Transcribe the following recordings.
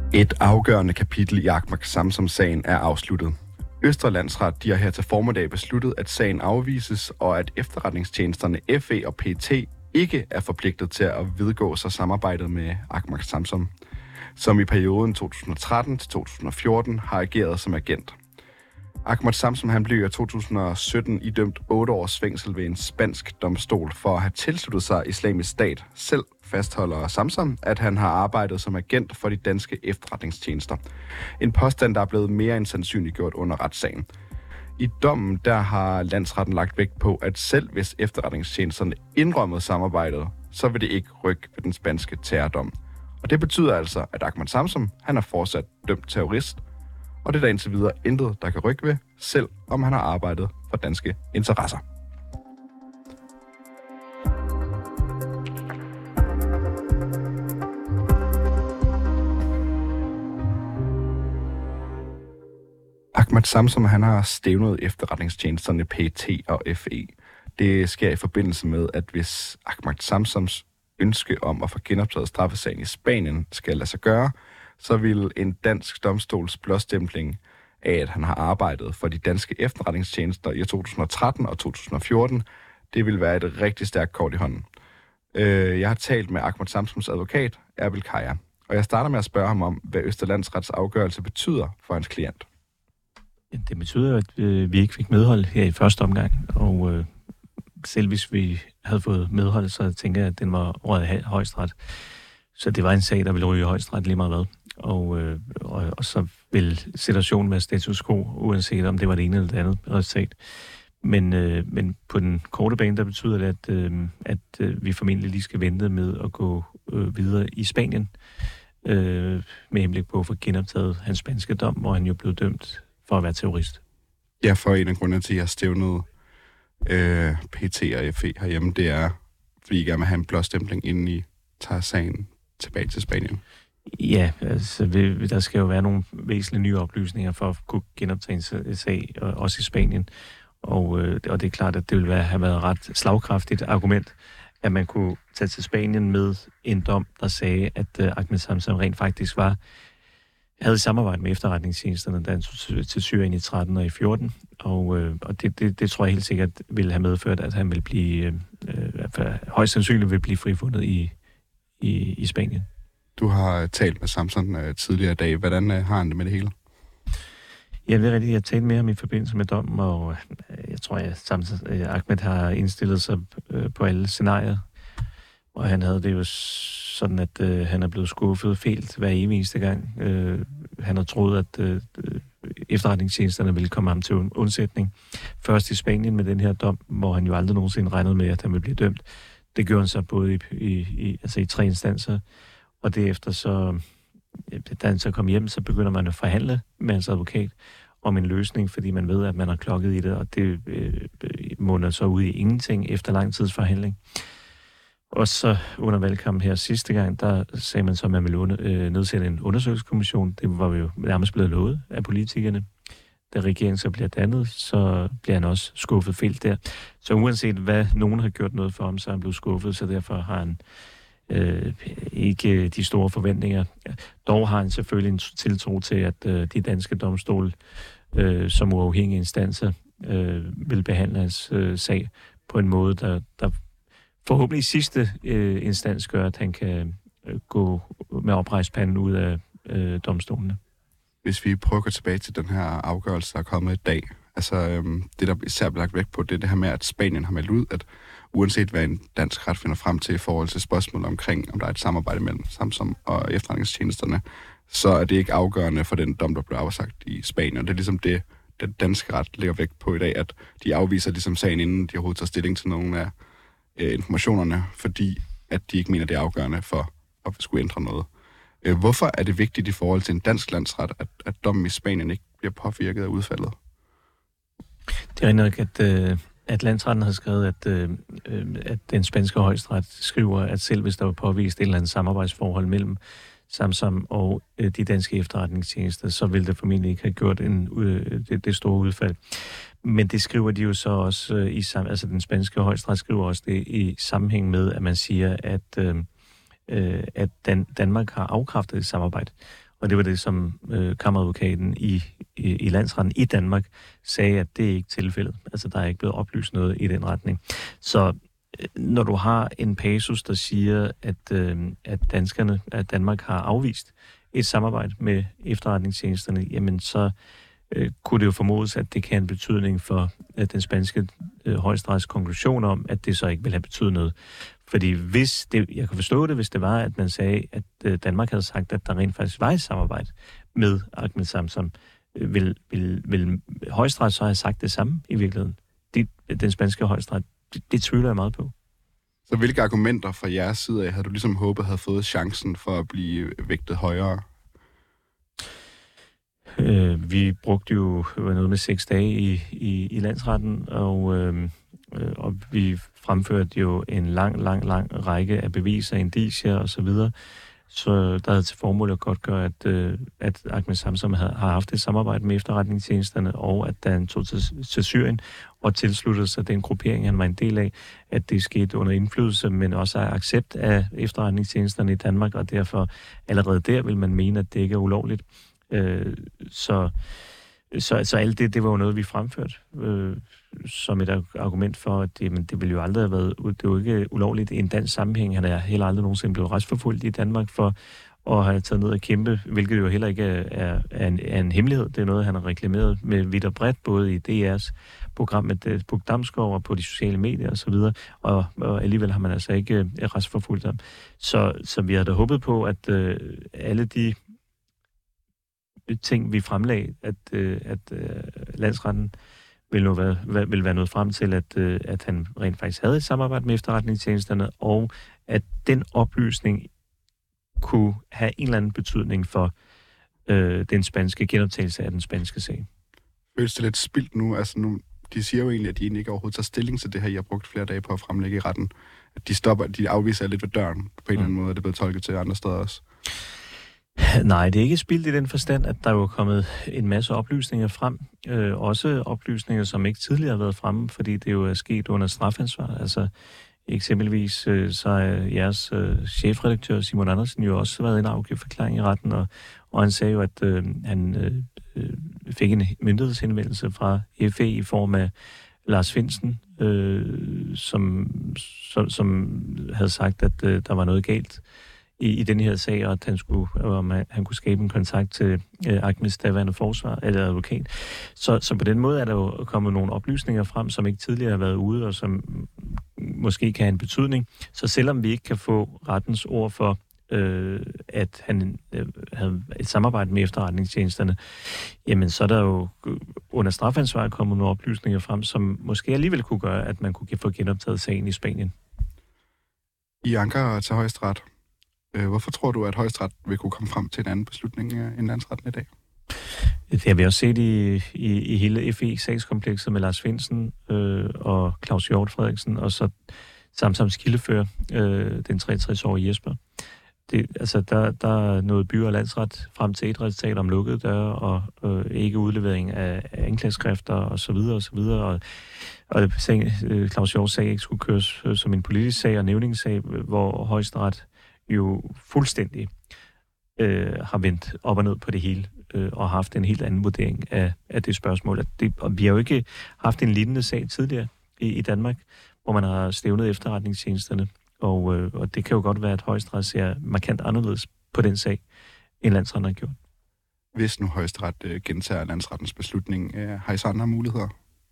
Et afgørende kapitel i Ahmad Samsam-sagen er afsluttet. Østre Landsret har her til formiddag besluttet, at sagen afvises, og at efterretningstjenesterne FE og PET ikke er forpligtet til at vedgå sig samarbejdet med Ahmad Samsam, som i perioden 2013 til 2014 har ageret som agent. Ahmad Samsam han blev i 2017 idømt 8 års fængsel ved en spansk domstol for at have tilsluttet sig Islamisk Stat. Selv fastholder Samsam, at han har arbejdet som agent for de danske efterretningstjenester. En påstand, der er blevet mere end sandsynliggjort under retssagen. I dommen der har landsretten lagt vægt på, at selv hvis efterretningstjenesterne indrømmede samarbejdet, så vil det ikke rykke ved den spanske terrordom. Og det betyder altså, at Ahmad Samsam han er fortsat dømt terrorist, og det er der indtil videre intet, der kan rykke ved, selv om han har arbejdet for danske interesser. Ahmad Samsam han har stævnet efterretningstjenesterne PET og FE. Det sker i forbindelse med, at hvis Ahmad Samsams ønske om at få genoptaget straffesagen i Spanien skal lade sig gøre, så vil en dansk domstols blåstempling af, at han har arbejdet for de danske efterretningstjenester i 2013 og 2014, det vil være et rigtig stærkt kort i hånden. Jeg har talt med Ahmad Samsams advokat, Erbil Kaya, og jeg starter med at spørge ham om, hvad Østerlandsrets afgørelse betyder for hans klient. Det betyder, at vi ikke fik medhold her i første omgang, og selv hvis vi havde fået medhold, så tænker jeg, at den var røget højesteret. Så det var en sag, der ville ryge i højesteret lige meget hvad. Og så vil situationen være status quo, uanset om det var det ene eller det andet resultat. Men på den korte bane, der betyder det, at vi formentlig lige skal vente med at gå videre i Spanien, med henblik på at få genoptaget hans spanske dom, hvor han jo blev dømt for at være terrorist. Ja, for en af grundene til, at jeg stævnede PT og FE herhjemme, det er, fordi I gerne vil have en blåstempling, inden I tager sagen tilbage til Spanien. Ja, altså der skal jo være nogle væsentlige nye oplysninger for at kunne genoptage en sag, også i Spanien. Og det er klart, at det ville have været et ret slagkraftigt argument, at man kunne tage til Spanien med en dom, der sagde, at Ahmad Samsam rent faktisk havde samarbejde med efterretningstjenesterne, da han tog til Syrien i 13 og i 14. Og det tror jeg helt sikkert ville have medført, at han vil blive, højst sandsynligt vil blive frifundet i Spanien. Du har talt med Samsam tidligere i dag. Hvordan har han det med det hele? Jeg ved rigtigt, jeg talte med ham i forbindelse med dommen, og jeg tror, at Ahmad har indstillet sig på alle scenarier. Og han havde det jo sådan, at han er blevet skuffet fælt hver eneste gang. Han har troet, at efterretningstjenesterne ville komme ham til undsætning. Først i Spanien med den her dom, hvor han jo aldrig nogensinde regnede med, at han ville blive dømt. Det gjorde han så både i 3 instanser. Og derefter så, da han så kom hjem, så begynder man at forhandle med hans advokat om en løsning, fordi man ved, at man har klokket i det, og det munder så ud i ingenting efter lang tids forhandling. Og så under valgkampen her sidste gang, der sagde man så, at man ville nedsætte en undersøgelseskommission. Det var jo nærmest blevet lovet af politikerne. Da regeringen så bliver dannet, så bliver han også skuffet fælt der. Så uanset hvad nogen har gjort noget for ham, så er han blevet skuffet, så derfor har han ikke de store forventninger. Dog har han selvfølgelig en tiltro til, at de danske domstole som uafhængige instanser vil behandle hans sag på en måde, der forhåbentlig i sidste instans gør, at han kan gå med oprejst panden ud af domstolene. Hvis vi prøver at gå tilbage til den her afgørelse, der er kommet i dag. Altså, det der især bliver lagt vægt på, det er det her med, at Spanien har meldt ud, at uanset hvad en dansk ret finder frem til i forhold til spørgsmålet omkring, om der er et samarbejde mellem Samsam og efterretningstjenesterne, så er det ikke afgørende for den dom, der blev afsagt i Spanien. Og det er ligesom det, den danske ret lægger vægt på i dag, at de afviser ligesom sagen, inden de overhovedet tager stilling til nogle af informationerne, fordi at de ikke mener, det er afgørende for at skulle ændre noget. Hvorfor er det vigtigt i forhold til en dansk landsret, at dommen i Spanien ikke bliver påvirket af udfaldet? Det er nok, at landsretten har skrevet, at den spanske højesteret skriver, at selv hvis der var påvist et eller andet samarbejdsforhold mellem Samsam og de danske efterretningstjenester, så ville det formentlig ikke have gjort det store udfald. Men det skriver de jo så også altså den spanske højesteret skriver også det i sammenhæng med, at man siger, at Danmark har afkræftet et samarbejde. Og det var det, som kammeradvokaten i landsretten i Danmark sagde, at det ikke er tilfældet. Altså, der er ikke blevet oplyst noget i den retning. Så når du har en passus, der siger, at Danmark har afvist et samarbejde med efterretningstjenesterne, jamen så kunne det jo formodes, at det kan have en betydning for den spanske højesterets konklusion om, at det så ikke vil have betydet noget. Fordi jeg kan forstå det, hvis det var, at man sagde, at Danmark havde sagt, at der rent faktisk var et samarbejde med Ahmed Samsam, vil højesteret så have sagt det samme i virkeligheden? Den spanske højesteret, det tvivler jeg meget på. Så hvilke argumenter fra jeres side af havde du ligesom håbet havde fået chancen for at blive vægtet højere? Vi brugte jo noget med 6 dage i landsretten, og vi fremførte jo en lang række af beviser, indicier og så videre. Så der havde til formål at godt gøre, at Ahmed Samsam har haft et samarbejde med efterretningstjenesterne, og at da han tog til Syrien og tilsluttede sig den gruppering, han var en del af, at det skete under indflydelse, men også af accept af efterretningstjenesterne i Danmark, og derfor allerede der vil man mene, at det ikke er ulovligt. Så alt det var jo noget, vi fremførte som et argument for, at det ville jo aldrig have været, det er jo ikke ulovligt i en dansk sammenhæng. Han er heller aldrig nogensinde blevet retsforfulgt i Danmark for at have taget ned og kæmpe, hvilket jo heller ikke er en hemmelighed. Det er noget, han har reklameret med vidt og bredt, både i DR's program med Puk Damsgaard og på de sociale medier osv., og alligevel har man altså ikke retsforfulgt ham. Så vi havde da håbet på, at alle de ting, vi fremlagde, at landsretten ville være nået frem til, at han rent faktisk havde et samarbejde med efterretningstjenesterne, og at den oplysning kunne have en eller anden betydning for den spanske genoptagelse af den spanske sag. Føles det lidt spildt nu? Altså nu, de siger jo egentlig, at de egentlig ikke overhovedet tager stilling til det her, I har brugt flere dage på at fremlægge i retten. At de afviser lidt ved døren på en eller anden måde, og det er blevet tolket til andre steder også. Nej, det er ikke spildt i den forstand, at der er jo kommet en masse oplysninger frem. Også oplysninger, som ikke tidligere har været fremme, fordi det jo er sket under strafansvar. Altså eksempelvis så er jeres chefredaktør Simon Andersen jo også været en afgivet forklaring i retten, og han sagde jo, at han fik en myndighedshenvendelse fra FE i form af Lars Findsen, som havde sagt, at der var noget galt i den her sag, og at han kunne skabe en kontakt til Ahmeds daværende forsvar eller advokat. Så på den måde er der jo kommet nogle oplysninger frem, som ikke tidligere har været ude, og som måske kan have en betydning. Så selvom vi ikke kan få rettens ord for, at han havde et samarbejde med efterretningstjenesterne, jamen så er der jo under strafansvar kommet nogle oplysninger frem, som måske alligevel kunne gøre, at man kunne få genoptaget sagen i Spanien. I anker til højesteret. Hvorfor tror du, at højesteret vil kunne komme frem til en anden beslutning end landsretten i dag? Det har vi også set i hele FE-sagskomplekset med Lars Findsen og Claus Hjort Frederiksen, og så Samsams kildefører, den 63-årige Jesper. Der er noget by- og landsret frem til et resultat om lukkede døre og ikke udlevering af anklageskrifter osv. Og Claus Hjorts sag ikke skulle køres som en politisk sag og nævningssag, hvor højesteret jo fuldstændig har vendt op og ned på det hele og haft en helt anden vurdering af det spørgsmål. Og vi har jo ikke haft en lignende sag tidligere i Danmark, hvor man har stævnet efterretningstjenesterne. Og det kan jo godt være, at højesteret ser markant anderledes på den sag, end landsretten har gjort. Hvis nu højesteret gentager landsrettens beslutning, har I så andre muligheder?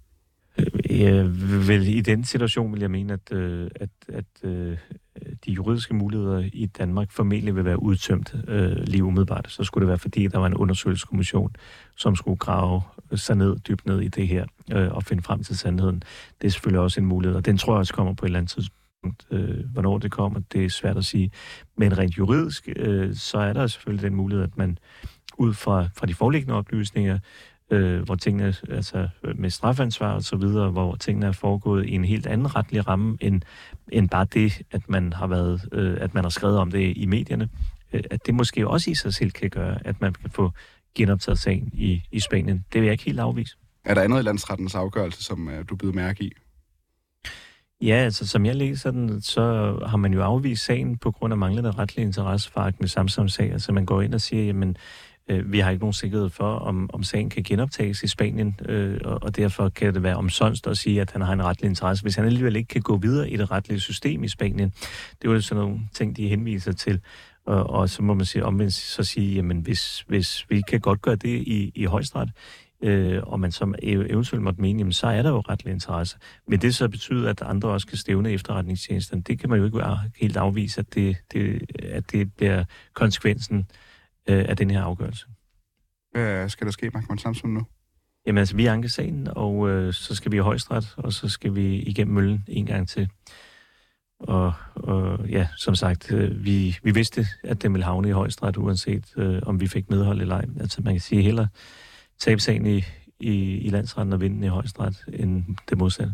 I den situation vil jeg mene, at de juridiske muligheder i Danmark formentlig vil være udtømt lige umiddelbart. Så skulle det være, fordi der var en undersøgelseskommission, som skulle grave sig dybt ned i det her og finde frem til sandheden. Det er selvfølgelig også en mulighed, og den tror jeg også kommer på et eller andet tidspunkt. Hvornår det kommer, det er svært at sige. Men rent juridisk, så er der selvfølgelig den mulighed, at man ud fra de foreliggende oplysninger, hvor tingene, altså med strafansvar og så videre, hvor tingene er foregået i en helt anden retlig ramme, end bare det, at man har skrevet om det i medierne, at det måske også i sig selv kan gøre, at man kan få genoptaget sagen i Spanien. Det vil jeg ikke helt afvise. Er der andet i landsrettens afgørelse, som du bider mærke i? Ja, altså som jeg læser den, så har man jo afvist sagen på grund af manglende retlig interesse for Ahmed Samsams sag. Altså man går ind og siger, jamen vi har ikke nogen sikkerhed for, om sagen kan genoptages i Spanien, og derfor kan det være omsonst at sige, at han har en retlig interesse, hvis han alligevel ikke kan gå videre i det retlige system i Spanien. Det er jo sådan nogle ting, de henviser til. Og så må man sige omvendt så sige, jamen hvis vi kan godt gøre det i højesteret, og man som eventuelt måtte mene, jamen, så er der jo retlig interesse. Men det så betyder, at andre også kan stævne efterretningstjenesterne. Det kan man jo ikke helt afvise, at det bliver konsekvensen af den her afgørelse. Hvad skal der ske, Ahmed Samsam, nu? Jamen altså, vi anker sagen, og så skal vi i højesteret, og så skal vi igennem møllen en gang til. Og ja, som sagt, vi vidste, at den ville havne i højesteret, uanset om vi fik medhold eller ej. Altså man kan sige hellere tabe sagen i landsretten og vinde i højesteret end det modsatte.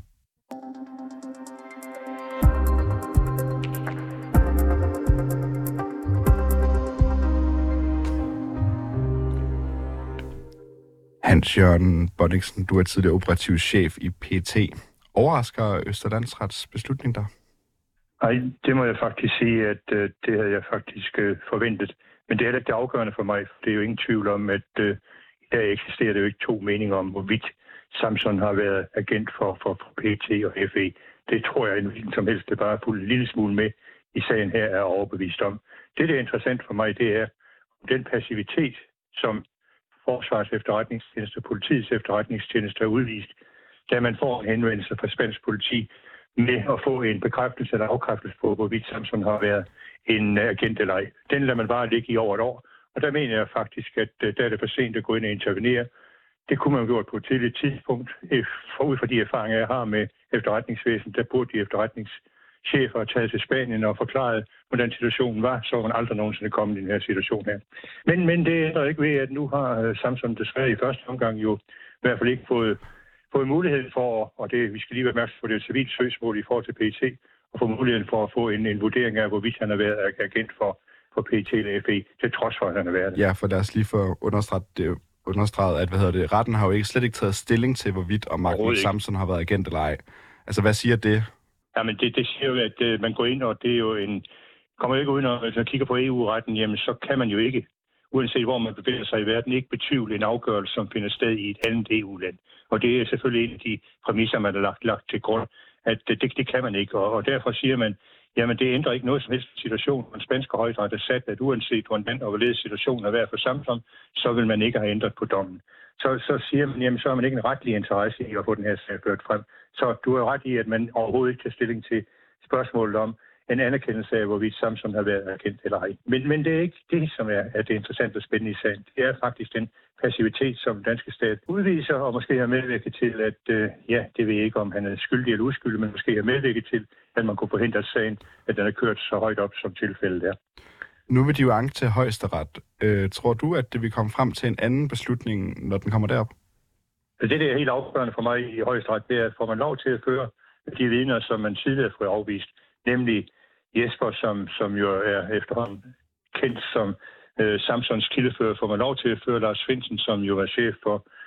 Hans-Jørgen Bonniksen, du er tidligere operativ chef i PET. Overrasker Østerlandsrets beslutning der? Nej, det må jeg faktisk sige, at det havde jeg faktisk forventet. Men det er heller ikke det afgørende for mig. Det er jo ingen tvivl om, at i dag eksisterer det jo ikke to meninger om, hvorvidt Samson har været agent for PET og FE. Det tror jeg, en som helst, det bare fuldt en lille smule med i sagen her er overbevist om. Det, der er interessant for mig, det er den passivitet, som Forsvarets efterretningstjeneste og politiets efterretningstjeneste har udvist, da man får en henvendelse fra spansk politi med at få en bekræftelse eller afkræftelse på, hvorvidt Samson har været en agent eller ej. Den lader man bare ligge i over et år. Og der mener jeg faktisk, at der er det for sent at gå ind og intervenere. Det kunne man jo gjort på et tidligt tidspunkt. Forud for de erfaringer, jeg har med efterretningsvæsen, der burde de efterretningschefer have taget til Spanien og forklaret, hvordan situationen var, så man aldrig nogensinde kommet i den her situation her. Men det ændrer ikke ved, at nu har Samson desværre i første omgang jo i hvert fald ikke fået muligheden for, og det vi skal lige være opmærksom på, det er et civilt søgsmål i forhold til PET, og få muligheden for at få en vurdering af, hvorvidt han har været agent for PET eller FE, til trods for, at han har været det. Ja, for lad os lige få understreget, at retten har jo slet ikke taget stilling til, hvorvidt om Ahmed Samson har været agent eller ej. Altså, hvad siger det? Jamen, det siger jo, at man går ind, og det er jo kommer jo ikke ud, når man kigger på EU-retten, jamen, så kan man jo ikke, uanset hvor man befinder sig i verden, ikke betvivle en afgørelse, som finder sted i et andet EU-land. Og det er selvfølgelig en af de præmisser, man har lagt til grund, at det kan man ikke. Og derfor siger man, jamen det ændrer ikke noget som helst situation. Den spanske højesteret har sat, at uanset hvordan og hvorledes situationen har været for Samson, så vil man ikke have ændret på dommen. Så siger man, jamen så har man ikke en retlig interesse i at få den her sag ført frem. Så du har ret i, at man overhovedet ikke tager stilling til spørgsmålet om en anerkendelse af, hvorvidt Samson har været agent eller ej. Men det er ikke det, som er det interessante og spændende i sagen. Det er faktisk den passivitet, som den danske stat udviser, og måske har medvirket til, at det ved jeg ikke, om han er skyldig eller uskyldig, men måske har medvirket til, at man kunne forhindre sagen, at den er kørt så højt op, som tilfældet er. Nu vil de jo anke til højesteret. Tror du, at det vil komme frem til en anden beslutning, når den kommer derop? Det, der er helt afgørende for mig i højesteret, det er, at får man lov til at føre de vidner, som man tidligere får afvist, nemlig Jesper, som jo er efterhånden kendt som Samsons kildefører, får man lov til at føre Lars Finsen, som jo er chef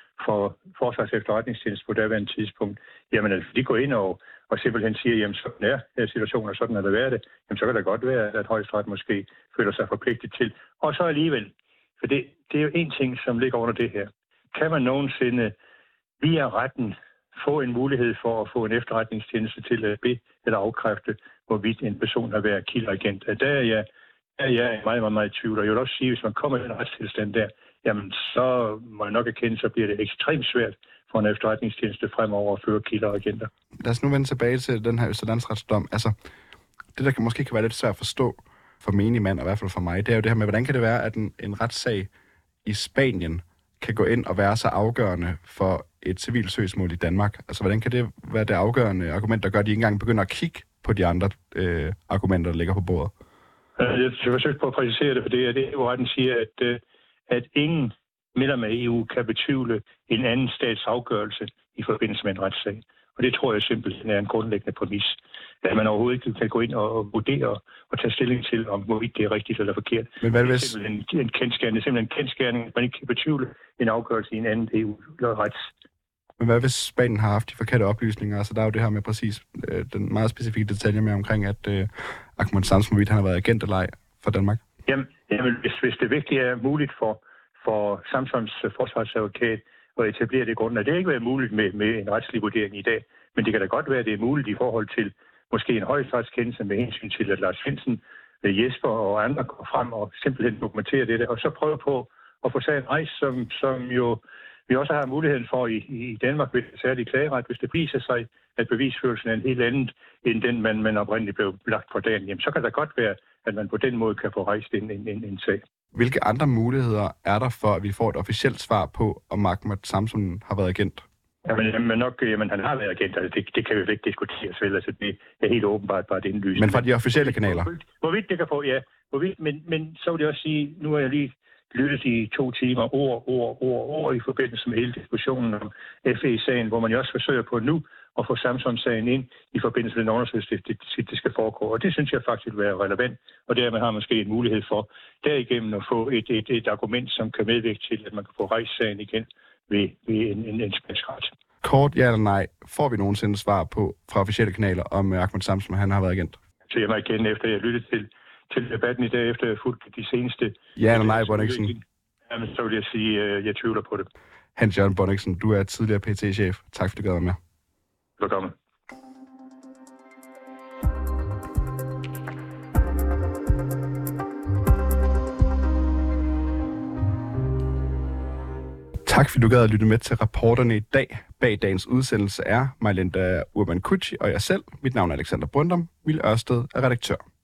for Forsvarets efterretningstjeneste på daværende tidspunkt. Jamen, altså, de går ind og simpelthen siger, jamen, sådan er situationen, og sådan er det været det. Jamen, så kan det godt være, at højesteret måske føler sig forpligtet til. Og så alligevel, for det er jo en ting, som ligger under det her. Kan man nogensinde via retten få en mulighed for at få en efterretningstjeneste til at bede eller afkræfte, hvorvidt en person har været kildeagent? Der er jeg meget, meget, meget i tvivl. Og jeg vil også sige, at hvis man kommer i den retstilstand der, jamen så må jeg nok erkende, så bliver det ekstremt svært for en efterretningstjeneste fremover at føre kildeagenter. Lad os nu vende tilbage til den her Østerlandsretsdom. Altså, det der måske kan være lidt svært at forstå for menig mand, og i hvert fald for mig, det er jo det her med, hvordan kan det være, at en retssag i Spanien kan gå ind og være så afgørende for et civilt søgsmål i Danmark? Altså, hvordan kan det være det afgørende argument, der gør, at de ikke engang begynder at kigge på de andre argumenter, der ligger på bordet? Jeg forsøger på at præcisere det, for det er det, hvor retten siger, at ingen medlem af EU kan betvivle en anden stats afgørelse i forbindelse med en retssag. Og det tror jeg simpelthen er en grundlæggende præmis. At man overhovedet ikke kan gå ind og vurdere og tage stilling til, om hvorvidt det er rigtigt eller forkert. Men hvad det er simpelthen en kendsgerning, at man ikke kan betvivle en afgørelse i en anden EU-rets Men hvad hvis Spanien har haft de forkerte oplysninger? Altså der er jo det her med præcis den meget specifikke detalje med omkring, at Ahmed Samsam, han har været agent eller ej for Danmark. Jamen hvis det vigtige er muligt for Samsams forsvarsadvokat at etablere det grundlag. Det har ikke været muligt med en retslig vurdering i dag, men det kan da godt være, at det er muligt i forhold til måske en højesteretskendelse med hensyn til, at Lars Findsen, Jesper og andre går frem og simpelthen dokumenterer det, og så prøve på at få sagen rejst, som jo vi også har muligheden for i Danmark ved særlig klageret, hvis det viser sig, at bevisførelsen er en helt andet, end den man oprindeligt blev lagt for dagen. Jamen, så kan det godt være, at man på den måde kan få rejst en sag. Hvilke andre muligheder er der for, at vi får et officielt svar på, om Ahmed Samsam har været agent? Jamen, han har været agent, altså det kan vi jo ikke diskutere vel, altså det er helt åbenbart bare det indlysende. Men fra de officielle kanaler? Hvorvidt det kan få, ja. Men så vil jeg også sige, nu er jeg lige lyttet i 2 timer ord i forbindelse med hele diskussionen om FE-sagen, hvor man jo også forsøger på nu at få Samsam-sagen ind i forbindelse med den undersøgelse, det skal foregå. Og det synes jeg faktisk vil være relevant, og dermed har man måske en mulighed for derigennem at få et argument, som kan medvirke til, at man kan få rejst sagen igen ved en spansk ret. Kort ja eller nej, får vi nogensinde svar på fra officielle kanaler, om Ahmed Samsam han har været agent? Så jeg mig igen, efter jeg lyttede til debatten i dag, efter jeg fulgte de seneste... Ja eller nej, Bonniksen? Jamen, så vil jeg sige, at jeg tvivler på det. Hans Jørgen Bonniksen, du er tidligere PT-chef. Tak fordi du gad med. Velkommen. Tak fordi du gad at lytte med til Rapporterne i dag. Bag dagens udsendelse er Majlinda Urban Kutschi og jeg selv. Mit navn er Alexander Brøndum. Ville Ørsted er redaktør.